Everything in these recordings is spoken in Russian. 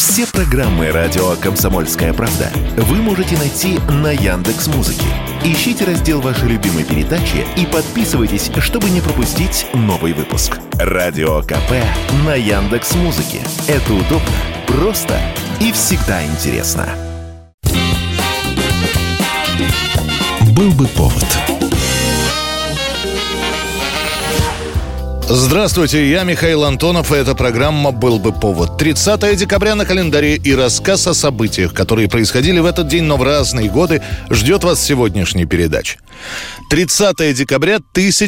Все программы радио «Комсомольская правда» вы можете найти на Яндекс.Музыке. Ищите раздел вашей любимой передачи и подписывайтесь, чтобы не пропустить новый выпуск. Радио КП на Яндекс.Музыке. Это удобно, просто и всегда интересно. Был бы повод. Здравствуйте, я Михаил Антонов, и эта программа «Был бы повод». 30 декабря на календаре, и рассказ о событиях, которые происходили в этот день, но в разные годы, ждет вас в сегодняшней передаче. 30 декабря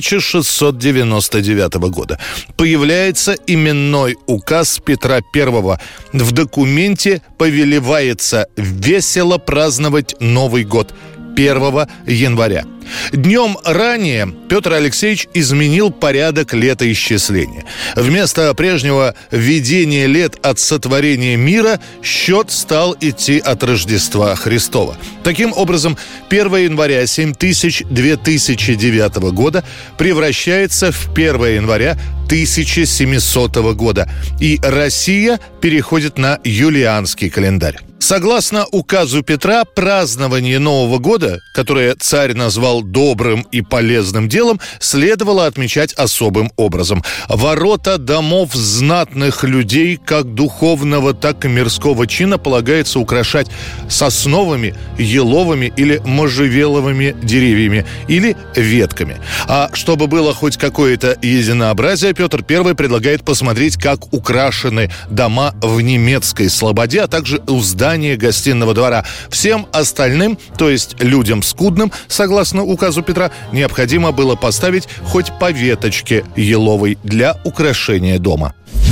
1699 года. Появляется именной указ Петра I. В документе повелевается весело праздновать Новый год 1 января. Днем ранее Петр Алексеевич изменил порядок летоисчисления. Вместо прежнего введения лет от сотворения мира счет стал идти от Рождества Христова. Таким образом, 1 января 7000-2009 года превращается в 1 января 1700 года, и Россия переходит на юлианский календарь. Согласно указу Петра, празднование Нового года, которое царь назвал добрым и полезным делом, следовало отмечать особым образом. Ворота домов знатных людей, как духовного, так и мирского чина, полагается украшать сосновыми, еловыми или можжевеловыми деревьями или ветками. А чтобы было хоть какое-то единообразие, Петр I предлагает посмотреть, как украшены дома в немецкой слободе, а также у здания гостиного двора. Всем остальным, то есть людям скудным, согласно указу Петра, необходимо было поставить хоть по веточке еловой для украшения дома.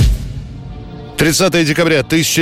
30 декабря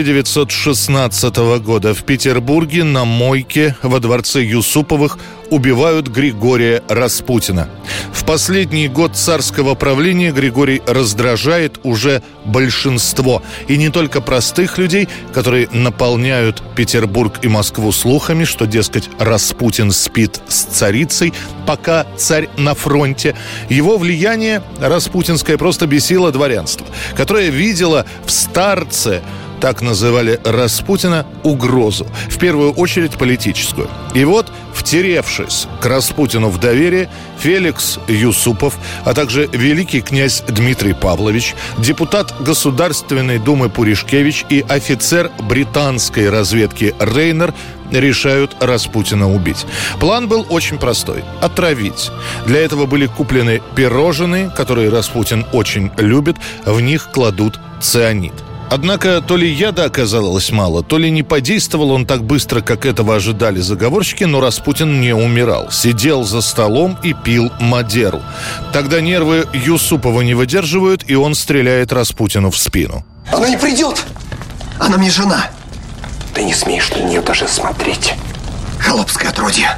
1916 года в Петербурге на мойке во дворце Юсуповых убивают Григория Распутина. В последний год царского правления Григорий раздражает уже большинство. И не только простых людей, которые наполняют Петербург и Москву слухами, что, дескать, Распутин спит с царицей, пока царь на фронте. Его влияние распутинское просто бесило дворянство, которое видело в старце, так называли Распутина, угрозу, в первую очередь политическую. И вот, втеревшись к Распутину в доверие, Феликс Юсупов, а также великий князь Дмитрий Павлович, депутат Государственной Думы Пуришкевич и офицер британской разведки Рейнер решают Распутина убить. План был очень простой – отравить. Для этого были куплены пирожные, которые Распутин очень любит, в них кладут цианид. Однако то ли яда оказалось мало, то ли не подействовал он так быстро, как этого ожидали заговорщики, но Распутин не умирал. Сидел за столом и пил Мадеру. Тогда нервы Юсупова не выдерживают, и он стреляет Распутину в спину. Она не придет! Она мне жена! Ты не смеешь на нее даже смотреть. Холопское отродье!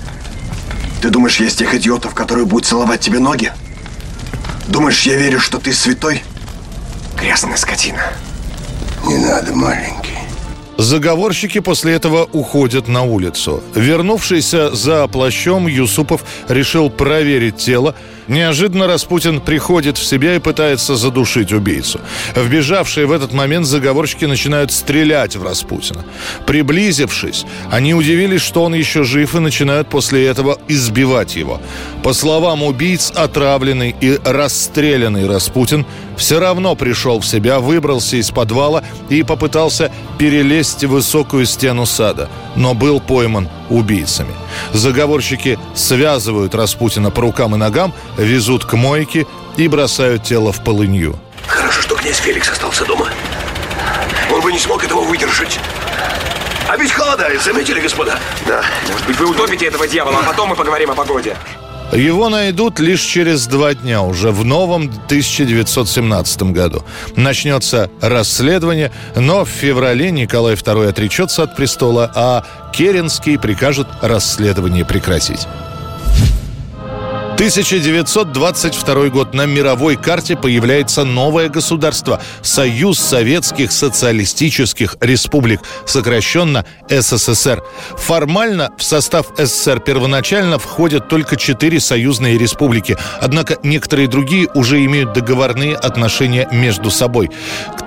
Ты думаешь, я из тех идиотов, которые будут целовать тебе ноги? Думаешь, я верю, что ты святой? Грязная скотина. Не надо, маленький. Заговорщики после этого уходят на улицу. Вернувшийся за плащом, Юсупов решил проверить тело. Неожиданно Распутин приходит в себя и пытается задушить убийцу. Вбежавшие в этот момент заговорщики начинают стрелять в Распутина. Приблизившись, они удивились, что он еще жив, и начинают после этого избивать его. По словам убийц, отравленный и расстрелянный Распутин все равно пришел в себя, выбрался из подвала и попытался перелезть в высокую стену сада, но был пойман убийцами. Заговорщики связывают Распутина по рукам и ногам, везут к мойке и бросают тело в полынью. Хорошо, что князь Феликс остался дома. Он бы не смог этого выдержать. А ведь холодает, заметили, господа? Да. Может быть, вы утопите этого дьявола, а потом мы поговорим о погоде. Его найдут лишь через 2 дня, уже в новом 1917 году. Начнется расследование, но в феврале Николай II отречется от престола, а Керенский прикажет расследование прекратить. 1922 год. На мировой карте появляется новое государство – Союз Советских Социалистических Республик, сокращенно СССР. Формально в состав СССР первоначально входят только 4 союзные республики, однако некоторые другие уже имеют договорные отношения между собой. К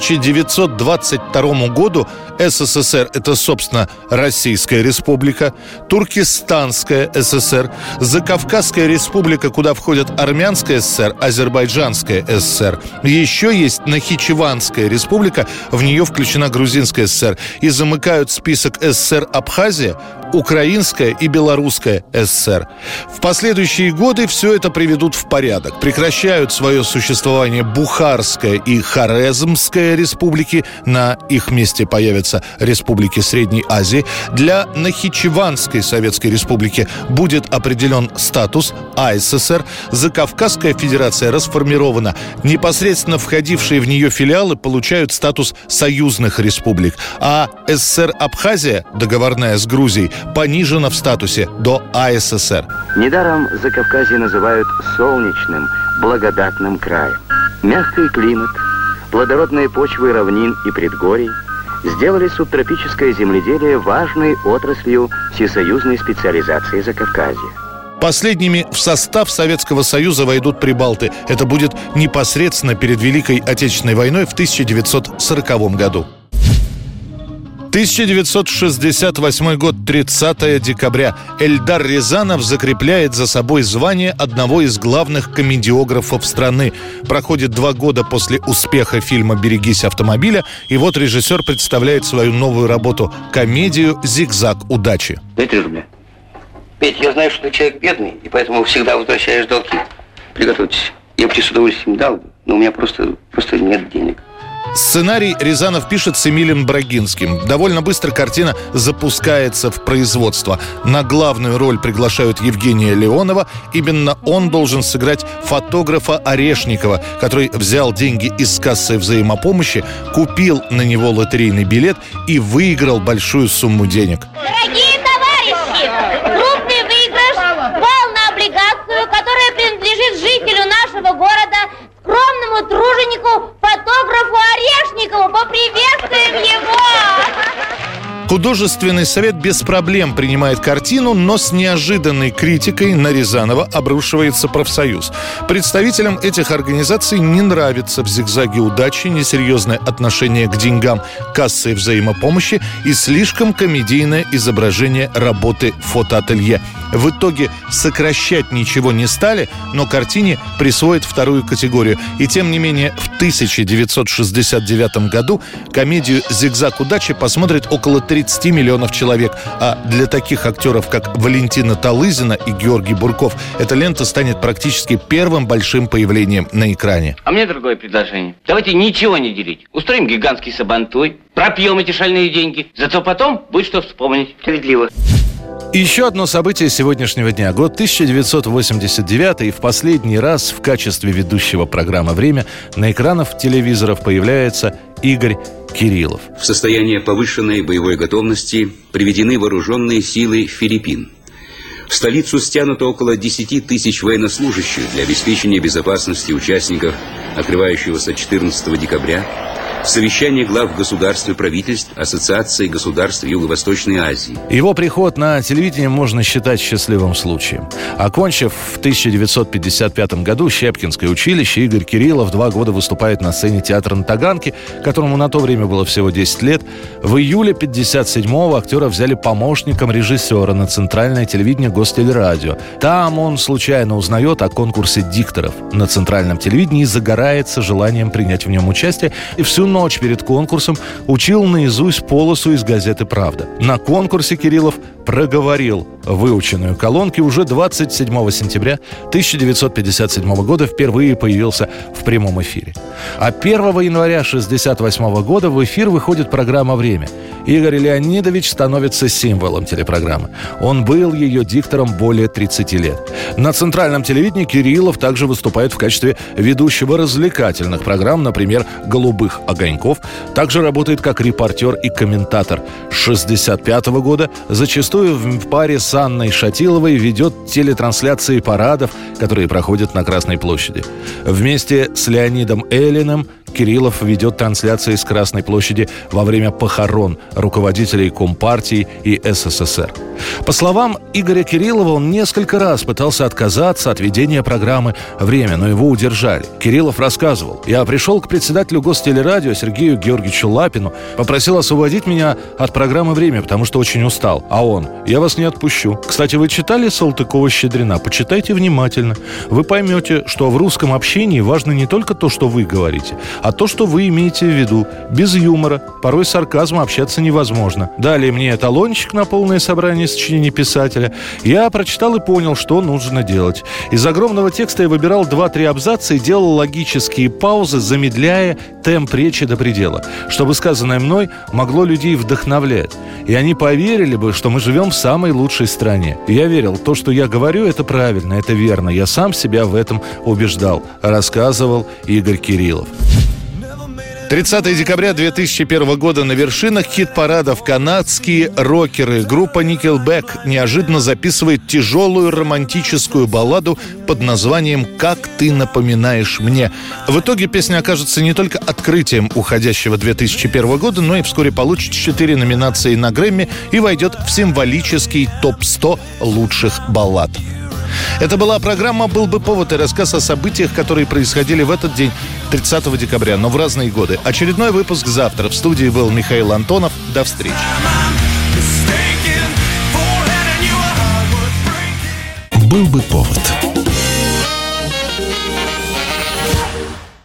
1922 году СССР – это, собственно, Российская Республика, Туркестанская ССР, Закавказская Республика, куда входят Армянская ССР, Азербайджанская ССР. Еще есть Нахичеванская Республика, в нее включена Грузинская ССР. И замыкают список ССР Абхазия, Украинская и Белорусская ССР. В последующие годы все это приведут в порядок. Прекращают свое существование Бухарская и Хорезмская республики. На их месте появятся республики Средней Азии. Для Нахичеванской Советской Республики будет определен статус АССР. Закавказская Федерация расформирована. Непосредственно входившие в нее филиалы получают статус союзных республик. А ССР Абхазия, договорная с Грузией, понижена в статусе до АССР. Недаром Закавказье называют солнечным, благодатным краем. Мягкий климат, плодородные почвы равнин и предгорий сделали субтропическое земледелие важной отраслью всесоюзной специализации Закавказья. Последними в состав Советского Союза войдут прибалты. Это будет непосредственно перед Великой Отечественной войной в 1940 году. 1968 год, 30 декабря. Эльдар Рязанов закрепляет за собой звание одного из главных комедиографов страны. Проходит 2 года после успеха фильма «Берегись автомобиля», и вот режиссер представляет свою новую работу – комедию «Зигзаг удачи». Дай 3 рубля. Петь, я знаю, что ты человек бедный, и поэтому всегда возвращаешь долги. Приготовьтесь. Я бы тебе с удовольствием дал, но у меня просто нет денег. Сценарий Рязанов пишет с Эмилием Брагинским. Довольно быстро картина запускается в производство. На главную роль приглашают Евгения Леонова. Именно он должен сыграть фотографа Орешникова, который взял деньги из кассы взаимопомощи, купил на него лотерейный билет и выиграл большую сумму денег. Дорогие товарищи, крупный выигрыш пал на облигацию, которая принадлежит жителю нашего города, скромному труженику, фотографу Орешникову. Поприветствуем его! Художественный совет без проблем принимает картину, но с неожиданной критикой на Рязанова обрушивается профсоюз. Представителям этих организаций не нравится в «Зигзаге удачи» несерьезное отношение к деньгам кассы взаимопомощи и слишком комедийное изображение работы фотоателье. В итоге сокращать ничего не стали, но картине присвоят 2-ю категорию. И тем не менее в 1969 году комедию «Зигзаг удачи» посмотрит около 30 миллионов человек. А для таких актеров, как Валентина Талызина и Георгий Бурков, эта лента станет практически первым большим появлением на экране. А мне другое предложение. Давайте ничего не делить. Устроим гигантский сабантуй, пропьем эти шальные деньги. Зато потом будет что вспомнить. Справедливо. Еще одно событие сегодняшнего дня. Год 1989, и в последний раз в качестве ведущего программы «Время» на экранах телевизоров появляется Игорь Кириллов. В состояние повышенной боевой готовности приведены вооруженные силы Филиппин. В столицу стянуто около 10 тысяч военнослужащих для обеспечения безопасности участников открывающегося 14 декабря совещание глав государств и правительств Ассоциации государств Юго-Восточной Азии. Его приход на телевидение можно считать счастливым случаем. Окончив в 1955 году Щепкинское училище, Игорь Кириллов 2 года выступает на сцене театра на Таганке, которому на то время было всего 10 лет. В июле 1957-го актера взяли помощником режиссера на центральное телевидение Гостелерадио. Там он случайно узнает о конкурсе дикторов на центральном телевидении и загорается желанием принять в нем участие, и всю ночь перед конкурсом учил наизусть полосу из газеты «Правда». На конкурсе Кириллов проговорил выученную колонку, и уже 27 сентября 1957 года впервые появился в прямом эфире. А 1 января 1968 года в эфир выходит программа «Время». Игорь Леонидович становится символом телепрограммы. Он был ее диктором более 30 лет. На центральном телевидении Кириллов также выступает в качестве ведущего развлекательных программ, например, «Голубых огоньков». Также работает как репортер и комментатор. С 1965 года зачастую зачастую в паре с Анной Шатиловой ведет телетрансляции парадов, которые проходят на Красной площади. Вместе с Леонидом Эллиным Кириллов ведет трансляции с Красной площади во время похорон руководителей Компартии и СССР. По словам Игоря Кириллова, он несколько раз пытался отказаться от ведения программы «Время», но его удержали. Кириллов рассказывал: «Я пришел к председателю Гостелерадио Сергею Георгиевичу Лапину, попросил освободить меня от программы «Время», потому что очень устал. А он: я вас не отпущу. Кстати, вы читали Салтыкова-Щедрина? Почитайте внимательно. Вы поймете, что в русском общении важно не только то, что вы говорите, а то, что вы имеете в виду. Без юмора, порой сарказма общаться невозможно». Дали мне талончик на полное собрание сочинений писателя. Я прочитал и понял, что нужно делать. Из огромного текста я выбирал 2-3 абзаца и делал логические паузы, замедляя темп речи до предела, чтобы сказанное мной могло людей вдохновлять. И они поверили бы, что мы живем в самой лучшей стране. И я верил, то, что я говорю, это правильно, это верно. Я сам себя в этом убеждал, рассказывал Игорь Кириллов. 30 декабря 2001 года на вершинах хит-парадов канадские рокеры. Группа Nickelback неожиданно записывает тяжелую романтическую балладу под названием «Как ты напоминаешь мне». В итоге песня окажется не только открытием уходящего 2001 года, но и вскоре получит 4 номинации на Грэмми и войдет в символический топ-100 лучших баллад. Это была программа «Был бы повод» и рассказ о событиях, которые происходили в этот день, 30 декабря, но в разные годы. Очередной выпуск завтра. В студии был Михаил Антонов. До встречи. «Был бы повод».